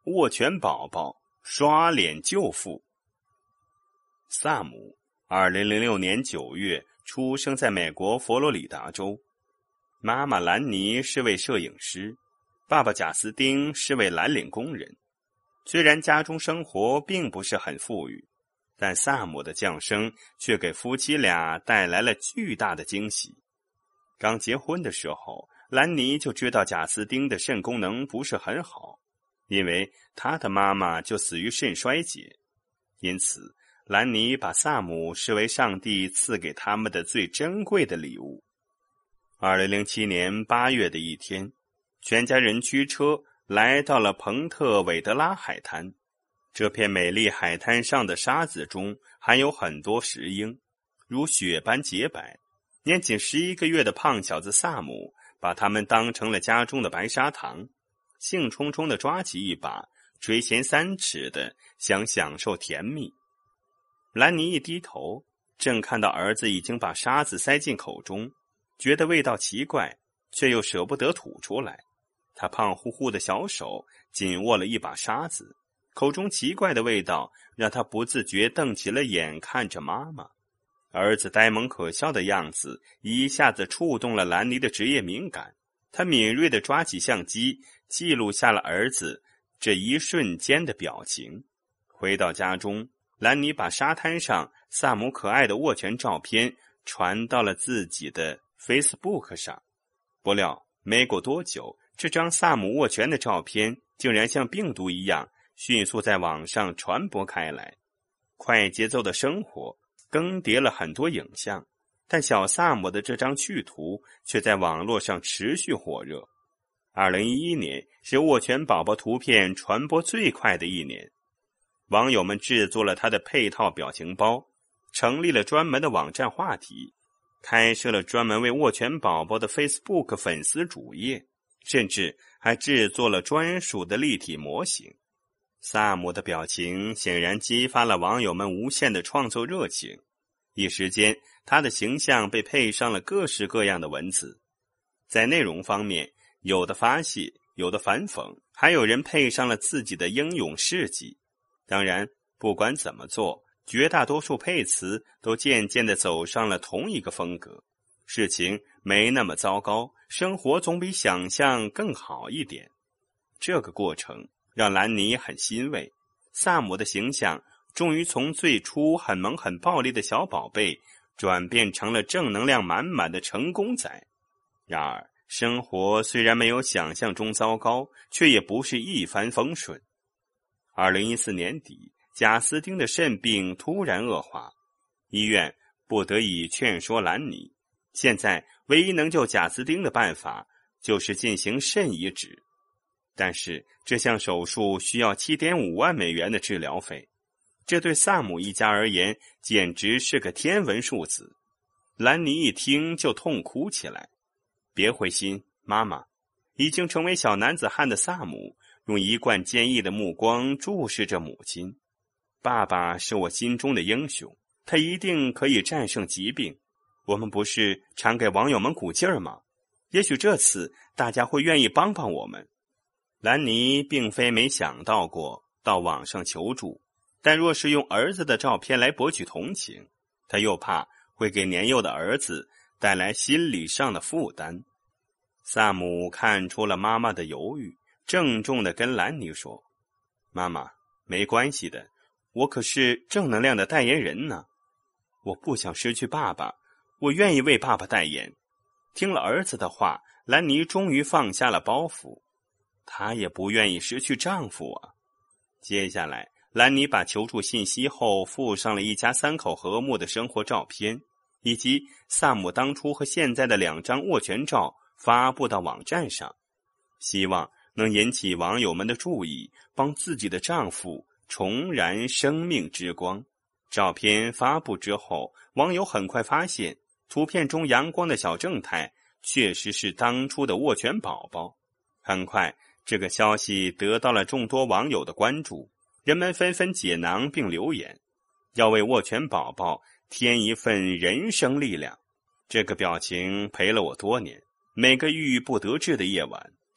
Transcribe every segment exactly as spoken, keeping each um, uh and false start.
握拳宝宝刷脸救父。萨姆二零零六年九月出生在美国佛罗里达州，妈妈兰妮是位摄影师，爸爸贾斯汀是位蓝领工人。虽然家中生活并不是很富裕，但萨姆的降生却给夫妻俩带来了巨大的惊喜。刚结婚的时候，兰妮就知道贾斯汀的肾功能不是很好，因为他的妈妈就死于肾衰竭。因此兰妮把萨姆视为上帝赐给他们的最珍贵的礼物。二零零七年八月的一天，全家人驱车来到了彭特韦德拉海滩。这片美丽海滩上的沙子中含有很多石英，如雪般洁白。年仅十一个月的胖小子萨姆把它们当成了家中的白砂糖，兴冲冲地抓起一把，垂涎三尺的想享受甜蜜。兰妮一低头，正看到儿子已经把沙子塞进口中，觉得味道奇怪，却又舍不得吐出来。他胖乎乎的小手紧握了一把沙子，口中奇怪的味道让他不自觉瞪起了眼看着妈妈。儿子呆萌可笑的样子一下子触动了兰妮的职业敏感，他敏锐地抓起相机，记录下了儿子这一瞬间的表情。回到家中，兰妮把沙滩上萨姆可爱的握拳照片传到了自己的 Facebook 上。不料没过多久，这张萨姆握拳的照片竟然像病毒一样迅速在网上传播开来。快节奏的生活更迭了很多影像，但小萨姆的这张趣图却在网络上持续火热。二零一一年是握拳宝宝图片传播最快的一年，网友们制作了他的配套表情包，成立了专门的网站话题，开设了专门为握拳宝宝的 Facebook 粉丝主页，甚至还制作了专属的立体模型。萨姆的表情显然激发了网友们无限的创作热情，一时间他的形象被配上了各式各样的文字。在内容方面，有的发泄，有的反讽，还有人配上了自己的英勇事迹。当然，不管怎么做，绝大多数配词都渐渐地走上了同一个风格。事情没那么糟糕，生活总比想象更好一点。这个过程让兰妮很欣慰，萨姆的形象终于从最初很萌很暴力的小宝贝转变成了正能量满满的成功仔。然而生活虽然没有想象中糟糕，却也不是一帆风顺。二零一四年底，贾斯汀的肾病突然恶化，医院不得已劝说兰妮，现在唯一能救贾斯汀的办法就是进行肾移植。但是这项手术需要 七点五万美元的治疗费，这对萨姆一家而言简直是个天文数字。兰妮一听就痛哭起来。别灰心，妈妈。已经成为小男子汉的萨姆用一贯坚毅的目光注视着母亲。爸爸是我心中的英雄，他一定可以战胜疾病。我们不是常给网友们鼓劲儿吗？也许这次大家会愿意帮帮我们。兰妮并非没想到过到网上求助，但若是用儿子的照片来博取同情，他又怕会给年幼的儿子带来心理上的负担。萨姆看出了妈妈的犹豫，郑重地跟兰妮说：妈妈，没关系的，我可是正能量的代言人呢。我不想失去爸爸，我愿意为爸爸代言。听了儿子的话，兰妮终于放下了包袱。她也不愿意失去丈夫啊。接下来，兰妮把求助信息后附上了一家三口和睦的生活照片，以及萨姆当初和现在的两张握拳照发布到网站上，希望能引起网友们的注意，帮自己的丈夫重燃生命之光。照片发布之后，网友很快发现图片中阳光的小正太确实是当初的握拳宝宝。很快，这个消息得到了众多网友的关注，人们纷纷解囊并留言，要为握拳宝宝添一份人生力量。这个表情陪了我多年，每个郁郁不得志的夜晚，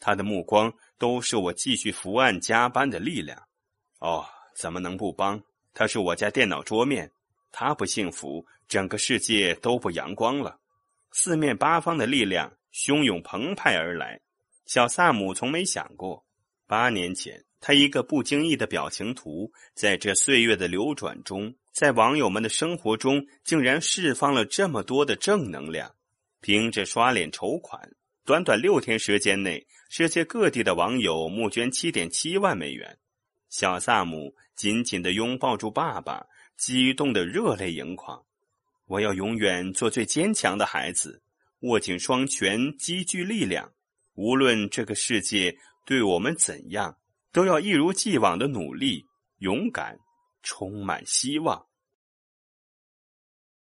他的目光都是我继续伏案加班的力量。哦，怎么能不帮？他是我家电脑桌面，他不幸福，整个世界都不阳光了。四面八方的力量汹涌澎湃而来。小萨姆从没想过，八年前他一个不经意的表情图，在这岁月的流转中，在网友们的生活中竟然释放了这么多的正能量。凭着刷脸筹款，短短六天时间内，世界各地的网友募捐 七点七万美元。小萨姆紧紧地拥抱住爸爸，激动得热泪盈眶。我要永远做最坚强的孩子，握紧双拳，积聚力量。无论这个世界对我们怎样，都要一如既往的努力，勇敢，充满希望。